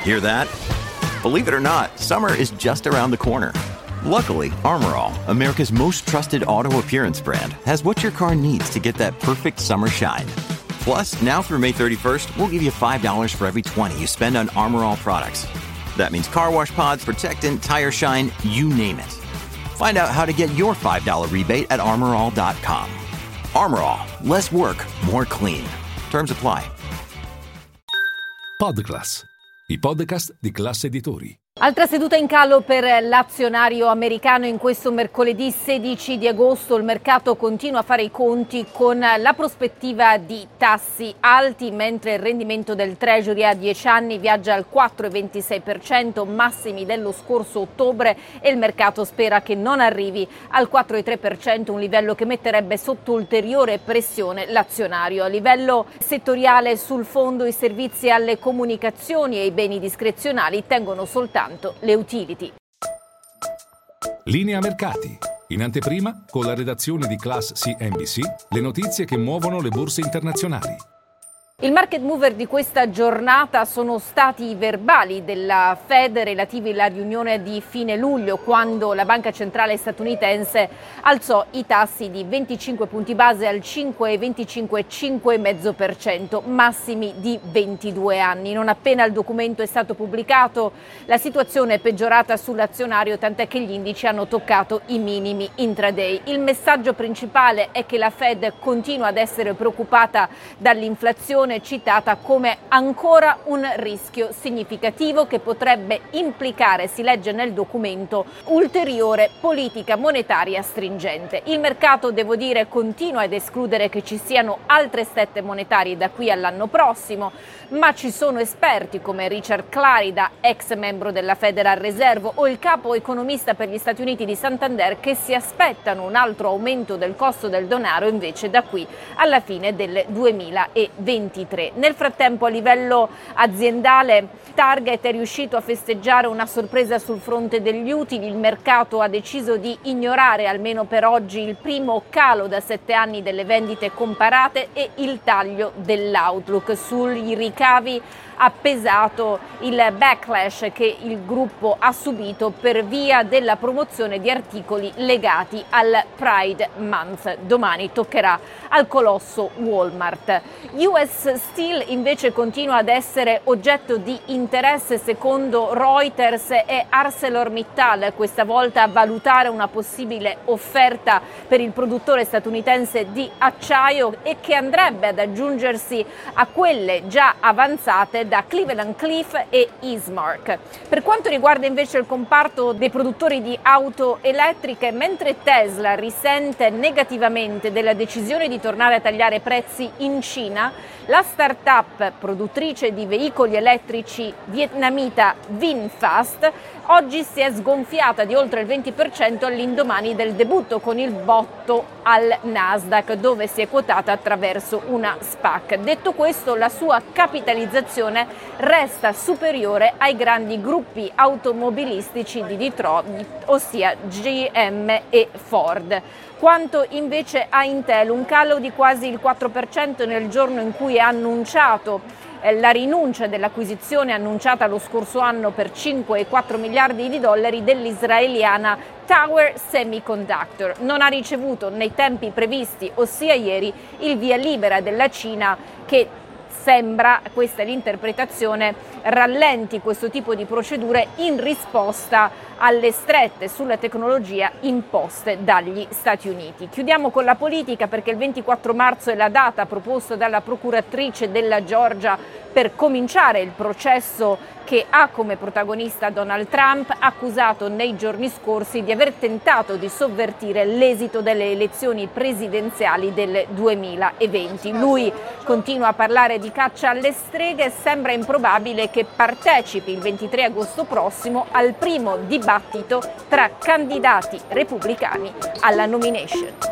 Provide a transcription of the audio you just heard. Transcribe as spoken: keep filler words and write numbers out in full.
Hear that? Believe it or not, summer is just around the corner. Luckily, Armor All, America's most trusted auto appearance brand, has what your car needs to get that perfect summer shine. Plus, now through May thirty-first, we'll give you five dollars for every twenty you spend on Armor All products. That means car wash pods, protectant, tire shine, you name it. Find out how to get your five dollars rebate at armor all dot com. Armor All, less work, more clean. Terms apply. Podclass, i podcast di Classe Editori. Altra seduta in calo per l'azionario americano in questo mercoledì sedici di agosto. Il mercato continua a fare i conti con la prospettiva di tassi alti, mentre il rendimento del Treasury a dieci anni viaggia al quattro virgola ventisei per cento, massimi dello scorso ottobre, e il mercato spera che non arrivi al quattro virgola tre per cento, un livello che metterebbe sotto ulteriore pressione l'azionario. A livello settoriale, sul fondo, i servizi alle comunicazioni e i beni discrezionali tengono soltanto le utility. Linea mercati. In anteprima, con la redazione di Class C N B C, le notizie che muovono le borse internazionali. Il market mover di questa giornata sono stati i verbali della Fed relativi alla riunione di fine luglio, quando la banca centrale statunitense alzò i tassi di venticinque punti base al cinque virgola venticinque cinque virgola cinque per cento, massimi di ventidue anni. Non appena il documento è stato pubblicato, la situazione è peggiorata sull'azionario, tant'è che gli indici hanno toccato i minimi intraday. Il messaggio principale è che la Fed continua ad essere preoccupata dall'inflazione, citata come ancora un rischio significativo che potrebbe implicare, si legge nel documento, ulteriore politica monetaria stringente. Il mercato, devo dire, continua ad escludere che ci siano altre strette monetarie da qui all'anno prossimo, ma ci sono esperti come Richard Clarida, ex membro della Federal Reserve, o il capo economista per gli Stati Uniti di Santander, che si aspettano un altro aumento del costo del denaro invece da qui alla fine del duemilaventitré. Nel frattempo, a livello aziendale, Target è riuscito a festeggiare una sorpresa sul fronte degli utili. Il mercato ha deciso di ignorare, almeno per oggi, il primo calo da sette anni delle vendite comparate e il taglio dell'outlook. Sui ricavi ha pesato il backlash che il gruppo ha subito per via della promozione di articoli legati al Pride Month. Domani toccherà al colosso Walmart. U S Steel invece continua ad essere oggetto di interesse, secondo Reuters e ArcelorMittal, questa volta a valutare una possibile offerta per il produttore statunitense di acciaio, e che andrebbe ad aggiungersi a quelle già avanzate da Cleveland-Cliffs e Ismark. Per quanto riguarda invece il comparto dei produttori di auto elettriche, mentre Tesla risente negativamente della decisione di tornare a tagliare prezzi in Cina, la startup produttrice di veicoli elettrici vietnamita VinFast oggi si è sgonfiata di oltre il venti per cento all'indomani del debutto con il botto al Nasdaq, dove si è quotata attraverso una SPAC. Detto questo, la sua capitalizzazione resta superiore ai grandi gruppi automobilistici di Detroit, ossia G M e Ford. Quanto invece a Intel, un calo di quasi il quattro per cento nel giorno in cui ha annunciato la rinuncia dell'acquisizione annunciata lo scorso anno per cinque virgola quattro miliardi di dollari dell'israeliana Tower Semiconductor. Non ha ricevuto nei tempi previsti, ossia ieri, il via libera della Cina, che sembra, questa è l'interpretazione, rallenti questo tipo di procedure in risposta alle strette sulla tecnologia imposte dagli Stati Uniti. Chiudiamo con la politica, perché il ventiquattro marzo è la data proposta dalla procuratrice della Georgia per cominciare il processo che ha come protagonista Donald Trump, accusato nei giorni scorsi di aver tentato di sovvertire l'esito delle elezioni presidenziali del duemilaventi. Lui continua a parlare di caccia alle streghe e sembra improbabile che partecipi il ventitré agosto prossimo al primo dibattito tra candidati repubblicani alla nomination.